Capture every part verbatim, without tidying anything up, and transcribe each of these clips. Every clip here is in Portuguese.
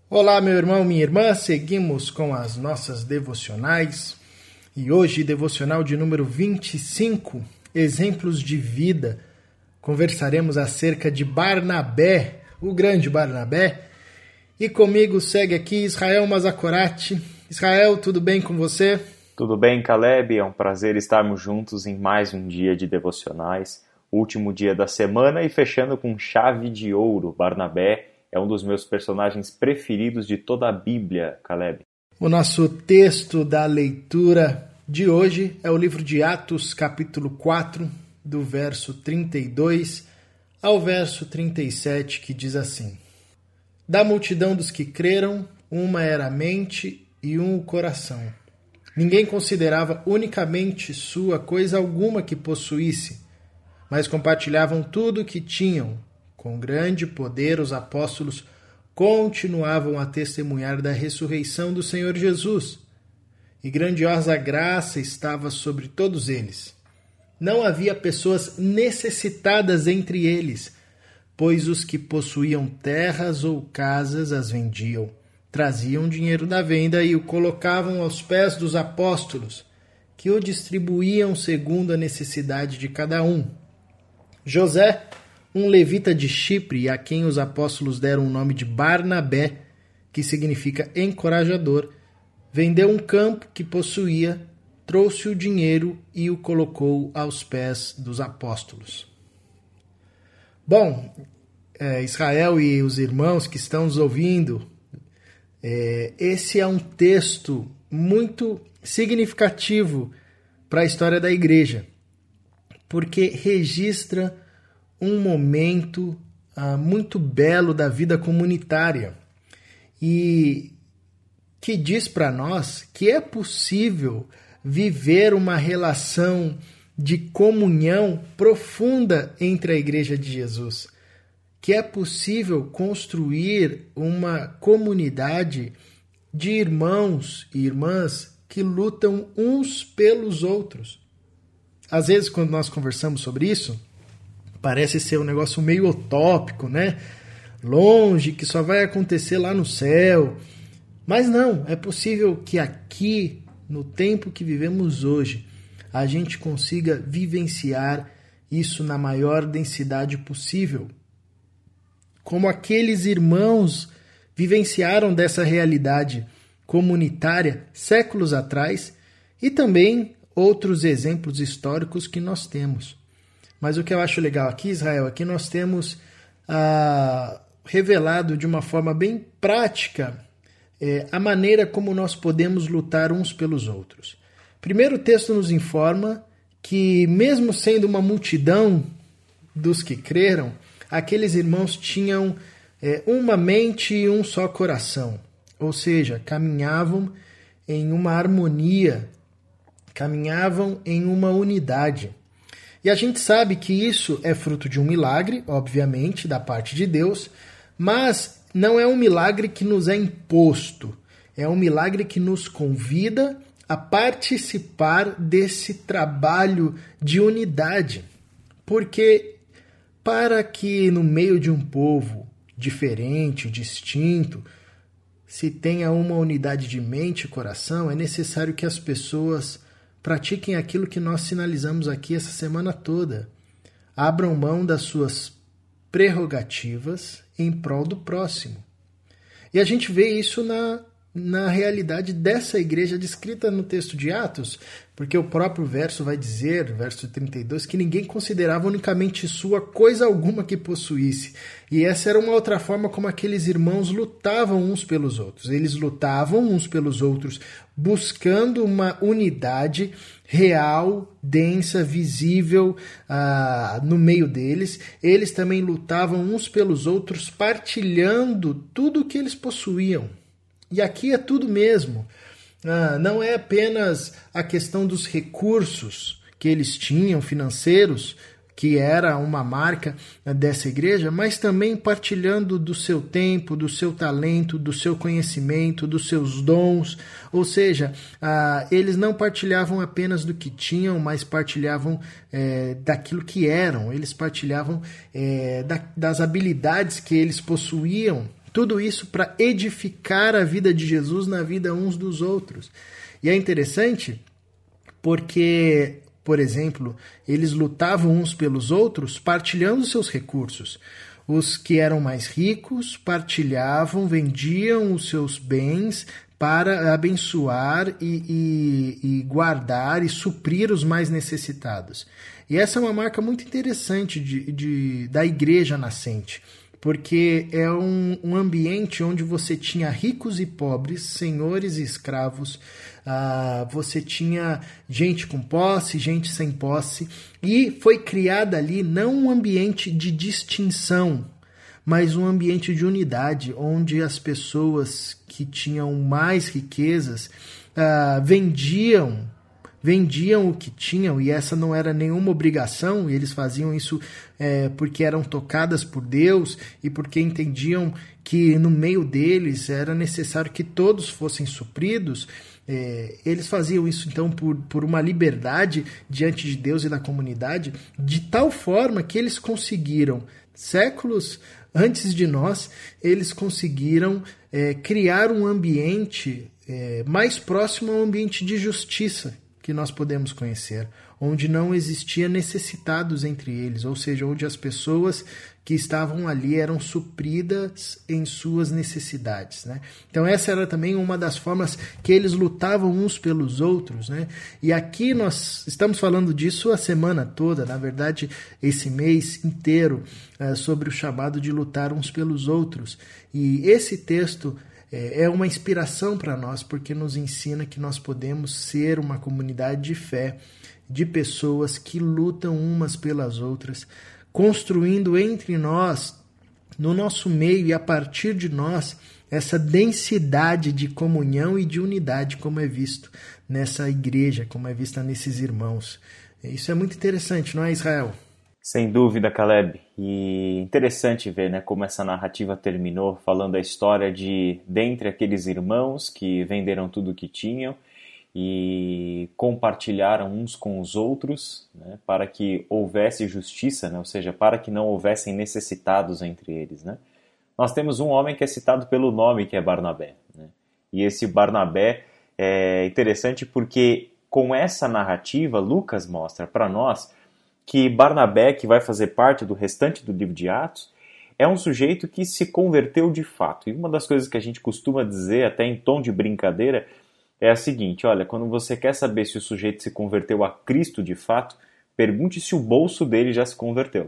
Olá, meu irmão, minha irmã, seguimos com as nossas devocionais e hoje, devocional de número vinte e cinco, Exemplos de Vida. Conversaremos acerca de Barnabé, o grande Barnabé, e comigo segue aqui Israel Mazakorati. Israel, tudo bem com você? Tudo bem, Caleb? É um prazer estarmos juntos em mais um dia de devocionais, último dia da semana e fechando com chave de ouro. Barnabé é um dos meus personagens preferidos de toda a Bíblia, Caleb. O nosso texto da leitura de hoje é o livro de Atos, capítulo quatro, do verso trinta e dois ao verso trinta e sete, que diz assim: Da multidão dos que creram, uma era a mente e um o coração. Ninguém considerava unicamente sua coisa alguma que possuísse, mas compartilhavam tudo o que tinham. Com grande poder, os apóstolos continuavam a testemunhar da ressurreição do Senhor Jesus, e grandiosa graça estava sobre todos eles. Não havia pessoas necessitadas entre eles, pois os que possuíam terras ou casas as vendiam, traziam dinheiro da venda e o colocavam aos pés dos apóstolos, que o distribuíam segundo a necessidade de cada um. José, um levita de Chipre, a quem os apóstolos deram o nome de Barnabé, que significa encorajador, vendeu um campo que possuía, trouxe o dinheiro e o colocou aos pés dos apóstolos. Bom, é, Israel e os irmãos que estão nos ouvindo, é, esse é um texto muito significativo para a história da igreja, porque registra um momento ah, muito belo da vida comunitária e que diz para nós que é possível viver uma relação de comunhão profunda entre a Igreja de Jesus, que é possível construir uma comunidade de irmãos e irmãs que lutam uns pelos outros. Às vezes, quando nós conversamos sobre isso, parece ser um negócio meio utópico, né? Longe, que só vai acontecer lá no céu. Mas não, é possível que aqui, no tempo que vivemos hoje, a gente consiga vivenciar isso na maior densidade possível. Como aqueles irmãos vivenciaram dessa realidade comunitária séculos atrás e também outros exemplos históricos que nós temos. Mas o que eu acho legal aqui, Israel, é que nós temos ah, revelado de uma forma bem prática é, a maneira como nós podemos lutar uns pelos outros. Primeiro, o texto nos informa que, mesmo sendo uma multidão dos que creram, aqueles irmãos tinham é, uma mente e um só coração, ou seja, caminhavam em uma harmonia, caminhavam em uma unidade. E a gente sabe que isso é fruto de um milagre, obviamente, da parte de Deus, mas não é um milagre que nos é imposto, é um milagre que nos convida a participar desse trabalho de unidade. Porque para que no meio de um povo diferente, distinto, se tenha uma unidade de mente e coração, é necessário que as pessoas pratiquem aquilo que nós sinalizamos aqui essa semana toda. Abram mão das suas prerrogativas em prol do próximo. E a gente vê isso na, na realidade dessa igreja descrita no texto de Atos, porque o próprio verso vai dizer, verso trinta e dois, que ninguém considerava unicamente sua coisa alguma que possuísse. E essa era uma outra forma como aqueles irmãos lutavam uns pelos outros. Eles lutavam uns pelos outros, buscando uma unidade real, densa, visível ah, no meio deles. Eles também lutavam uns pelos outros, partilhando tudo o que eles possuíam. E aqui é tudo mesmo. Ah, não é apenas a questão dos recursos que eles tinham, financeiros, que era uma marca dessa igreja, mas também partilhando do seu tempo, do seu talento, do seu conhecimento, dos seus dons. Ou seja, ah, eles não partilhavam apenas do que tinham, mas partilhavam é, daquilo que eram. Eles partilhavam é, da, das habilidades que eles possuíam Tudo isso para edificar a vida de Jesus na vida uns dos outros. E é interessante porque, por exemplo, eles lutavam uns pelos outros partilhando seus recursos. Os que eram mais ricos partilhavam, vendiam os seus bens para abençoar e, e, e guardar e suprir os mais necessitados. E essa é uma marca muito interessante de, de, da igreja nascente, porque é um, um ambiente onde você tinha ricos e pobres, senhores e escravos, ah, você tinha gente com posse, gente sem posse, e foi criada ali não um ambiente de distinção, mas um ambiente de unidade, onde as pessoas que tinham mais riquezas ah, vendiam vendiam o que tinham, e essa não era nenhuma obrigação, e eles faziam isso é, porque eram tocadas por Deus e porque entendiam que no meio deles era necessário que todos fossem supridos. É, eles faziam isso então por, por uma liberdade diante de Deus e da comunidade, de tal forma que eles conseguiram, séculos antes de nós, eles conseguiram é, criar um ambiente é, mais próximo ao ambiente de justiça que nós podemos conhecer, onde não existia necessitados entre eles, ou seja, onde as pessoas que estavam ali eram supridas em suas necessidades, né? Então essa era também uma das formas que eles lutavam uns pelos outros, né? E aqui nós estamos falando disso a semana toda, na verdade esse mês inteiro, é, sobre o chamado de lutar uns pelos outros. E esse texto é uma inspiração para nós, porque nos ensina que nós podemos ser uma comunidade de fé, de pessoas que lutam umas pelas outras, construindo entre nós, no nosso meio e a partir de nós, essa densidade de comunhão e de unidade, como é visto nessa igreja, como é vista nesses irmãos. Isso é muito interessante, não é, Israel? Sem dúvida, Caleb. E interessante ver, né, como essa narrativa terminou, falando a história de, dentre aqueles irmãos que venderam tudo o que tinham e compartilharam uns com os outros, né, para que houvesse justiça, né, ou seja, para que não houvessem necessitados entre eles, né. Nós temos um homem que é citado pelo nome, que é Barnabé, né, e esse Barnabé é interessante porque com essa narrativa, Lucas mostra para nós que Barnabé, que vai fazer parte do restante do livro de Atos, é um sujeito que se converteu de fato. E uma das coisas que a gente costuma dizer, até em tom de brincadeira, é a seguinte: olha, quando você quer saber se o sujeito se converteu a Cristo de fato, pergunte se o bolso dele já se converteu.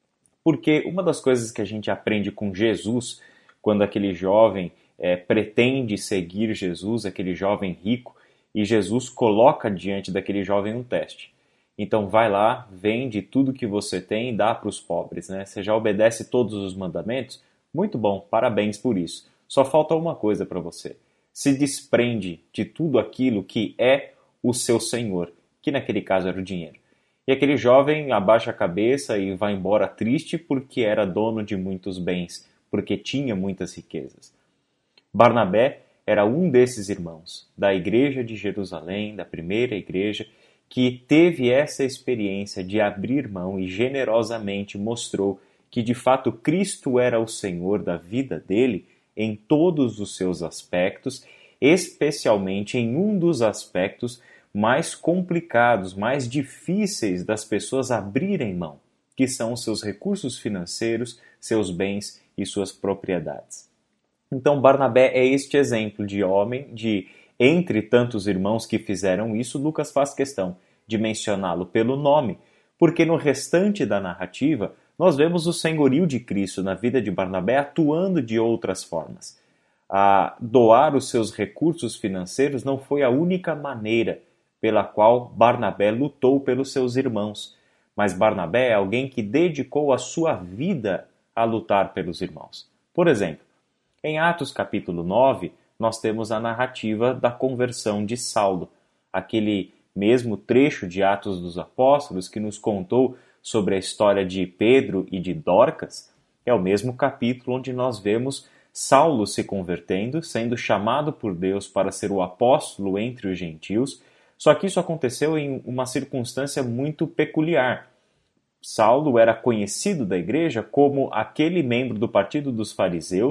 Porque uma das coisas que a gente aprende com Jesus, quando aquele jovem é, pretende seguir Jesus, aquele jovem rico, e Jesus coloca diante daquele jovem um teste. Então vai lá, vende tudo que você tem e dá para os pobres, né? Você já obedece todos os mandamentos? Muito bom, parabéns por isso. Só falta uma coisa para você. Se desprende de tudo aquilo que é o seu Senhor, que naquele caso era o dinheiro. E aquele jovem abaixa a cabeça e vai embora triste porque era dono de muitos bens, porque tinha muitas riquezas. Barnabé era um desses irmãos, da igreja de Jerusalém, da primeira igreja, que teve essa experiência de abrir mão e generosamente mostrou que de fato Cristo era o Senhor da vida dele em todos os seus aspectos, especialmente em um dos aspectos mais complicados, mais difíceis das pessoas abrirem mão, que são os seus recursos financeiros, seus bens e suas propriedades. Então Barnabé é este exemplo de homem, de entre tantos irmãos que fizeram isso, Lucas faz questão de mencioná-lo pelo nome, porque no restante da narrativa nós vemos o senhorio de Cristo na vida de Barnabé atuando de outras formas. A doar os seus recursos financeiros não foi a única maneira pela qual Barnabé lutou pelos seus irmãos, mas Barnabé é alguém que dedicou a sua vida a lutar pelos irmãos. Por exemplo, em Atos capítulo nove, nós temos a narrativa da conversão de Saulo, aquele mesmo trecho de Atos dos Apóstolos que nos contou sobre a história de Pedro e de Dorcas, é o mesmo capítulo onde nós vemos Saulo se convertendo, sendo chamado por Deus para ser o apóstolo entre os gentios, só que isso aconteceu em uma circunstância muito peculiar. Saulo era conhecido da igreja como aquele membro do partido dos fariseus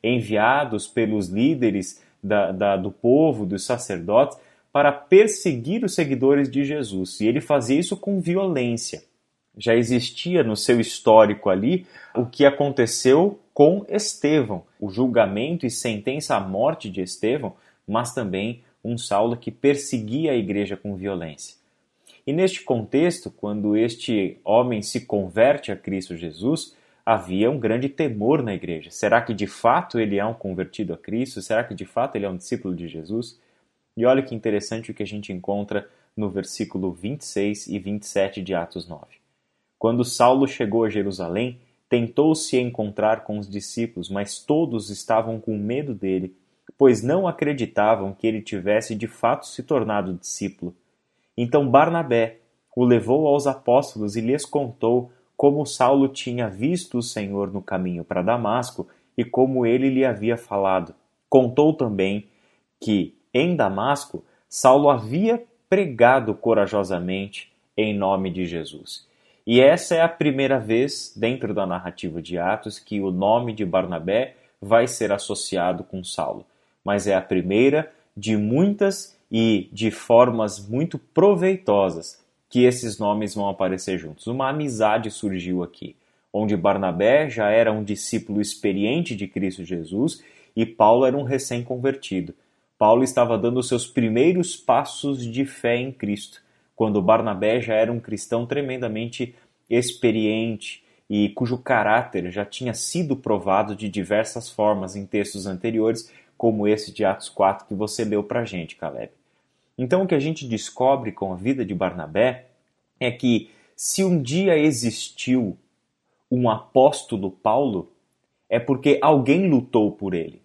enviados pelos líderes da, da, do povo, dos sacerdotes, para perseguir os seguidores de Jesus. E ele fazia isso com violência. Já existia no seu histórico ali o que aconteceu com Estevão, o julgamento e sentença à morte de Estevão, mas também um Saulo que perseguia a igreja com violência. E neste contexto, quando este homem se converte a Cristo Jesus, havia um grande temor na igreja. Será que de fato ele é um convertido a Cristo? Será que de fato ele é um discípulo de Jesus? E olha que interessante o que a gente encontra no versículo vinte e seis e vinte e sete de Atos nove. Quando Saulo chegou a Jerusalém, tentou se encontrar com os discípulos, mas todos estavam com medo dele, pois não acreditavam que ele tivesse de fato se tornado discípulo. Então Barnabé o levou aos apóstolos e lhes contou como Saulo tinha visto o Senhor no caminho para Damasco e como ele lhe havia falado. Contou também que, em Damasco, Saulo havia pregado corajosamente em nome de Jesus. E essa é a primeira vez, dentro da narrativa de Atos, que o nome de Barnabé vai ser associado com Saulo. Mas é a primeira de muitas e de formas muito proveitosas que esses nomes vão aparecer juntos. Uma amizade surgiu aqui, onde Barnabé já era um discípulo experiente de Cristo Jesus e Paulo era um recém-convertido. Paulo estava dando os seus primeiros passos de fé em Cristo, quando Barnabé já era um cristão tremendamente experiente e cujo caráter já tinha sido provado de diversas formas em textos anteriores, como esse de Atos quatro que você leu para a gente, Caleb. Então o que a gente descobre com a vida de Barnabé é que se um dia existiu um apóstolo Paulo, é porque alguém lutou por ele.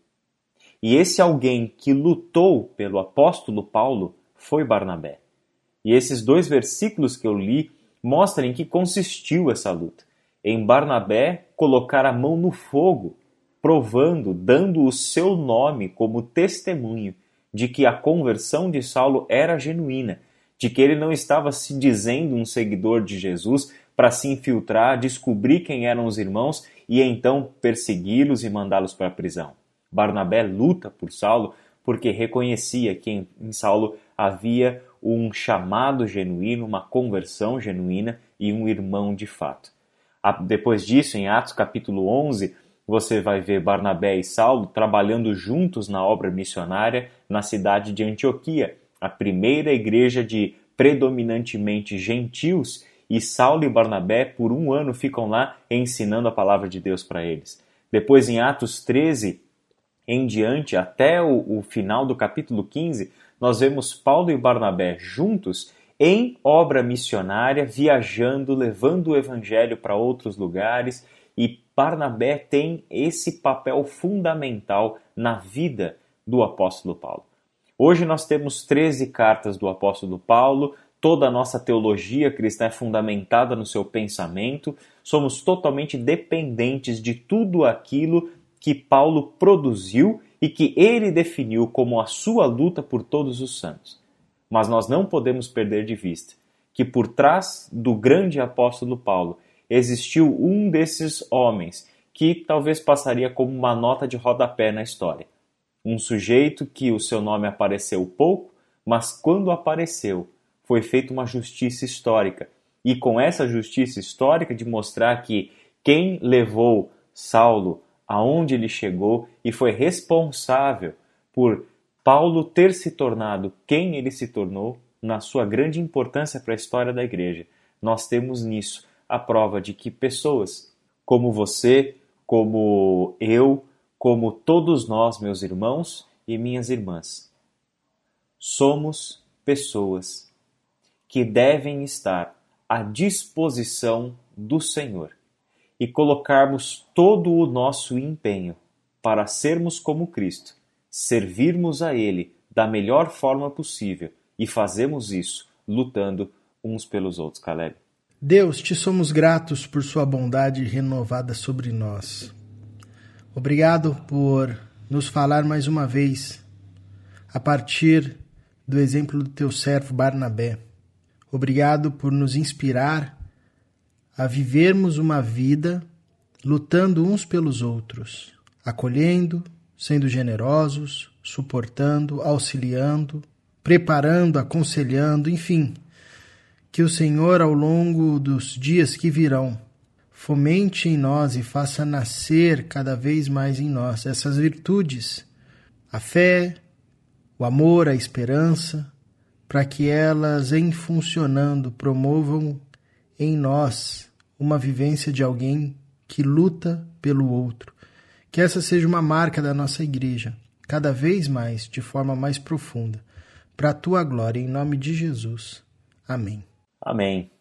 E esse alguém que lutou pelo apóstolo Paulo foi Barnabé. E esses dois versículos que eu li mostram em que consistiu essa luta. Em Barnabé colocar a mão no fogo, provando, dando o seu nome como testemunho de que a conversão de Saulo era genuína, de que ele não estava se dizendo um seguidor de Jesus para se infiltrar, descobrir quem eram os irmãos e então persegui-los e mandá-los para a prisão. Barnabé luta por Saulo porque reconhecia que em, em Saulo havia um chamado genuíno, uma conversão genuína e um irmão de fato. Depois disso, em Atos capítulo onze, você vai ver Barnabé e Saulo trabalhando juntos na obra missionária na cidade de Antioquia, a primeira igreja de predominantemente gentios, e Saulo e Barnabé por um ano ficam lá ensinando a palavra de Deus para eles. Depois, em Atos treze, em diante, até o, o final do capítulo quinze, nós vemos Paulo e Barnabé juntos em obra missionária, viajando, levando o evangelho para outros lugares, e Barnabé tem esse papel fundamental na vida do apóstolo Paulo. Hoje nós temos treze cartas do apóstolo Paulo, toda a nossa teologia cristã é fundamentada no seu pensamento, somos totalmente dependentes de tudo aquilo que Paulo produziu e que ele definiu como a sua luta por todos os santos. Mas nós não podemos perder de vista que por trás do grande apóstolo Paulo existiu um desses homens que talvez passaria como uma nota de rodapé na história. Um sujeito que o seu nome apareceu pouco, mas quando apareceu, foi feita uma justiça histórica. E com essa justiça histórica de mostrar que quem levou Saulo aonde ele chegou e foi responsável por Paulo ter se tornado quem ele se tornou, na sua grande importância para a história da igreja. Nós temos nisso a prova de que pessoas como você, como eu, como todos nós, meus irmãos e minhas irmãs, somos pessoas que devem estar à disposição do Senhor e colocarmos todo o nosso empenho para sermos como Cristo, servirmos a Ele da melhor forma possível e fazemos isso lutando uns pelos outros, Caleb. Deus, te somos gratos por sua bondade renovada sobre nós. Obrigado por nos falar mais uma vez a partir do exemplo do teu servo Barnabé. Obrigado por nos inspirar a vivermos uma vida lutando uns pelos outros, acolhendo, sendo generosos, suportando, auxiliando, preparando, aconselhando, enfim, que o Senhor, ao longo dos dias que virão, fomente em nós e faça nascer cada vez mais em nós essas virtudes, a fé, o amor, a esperança, para que elas, em funcionando, promovam em nós uma vivência de alguém que luta pelo outro. Que essa seja uma marca da nossa igreja, cada vez mais, de forma mais profunda, para a tua glória, em nome de Jesus. Amém. Amém.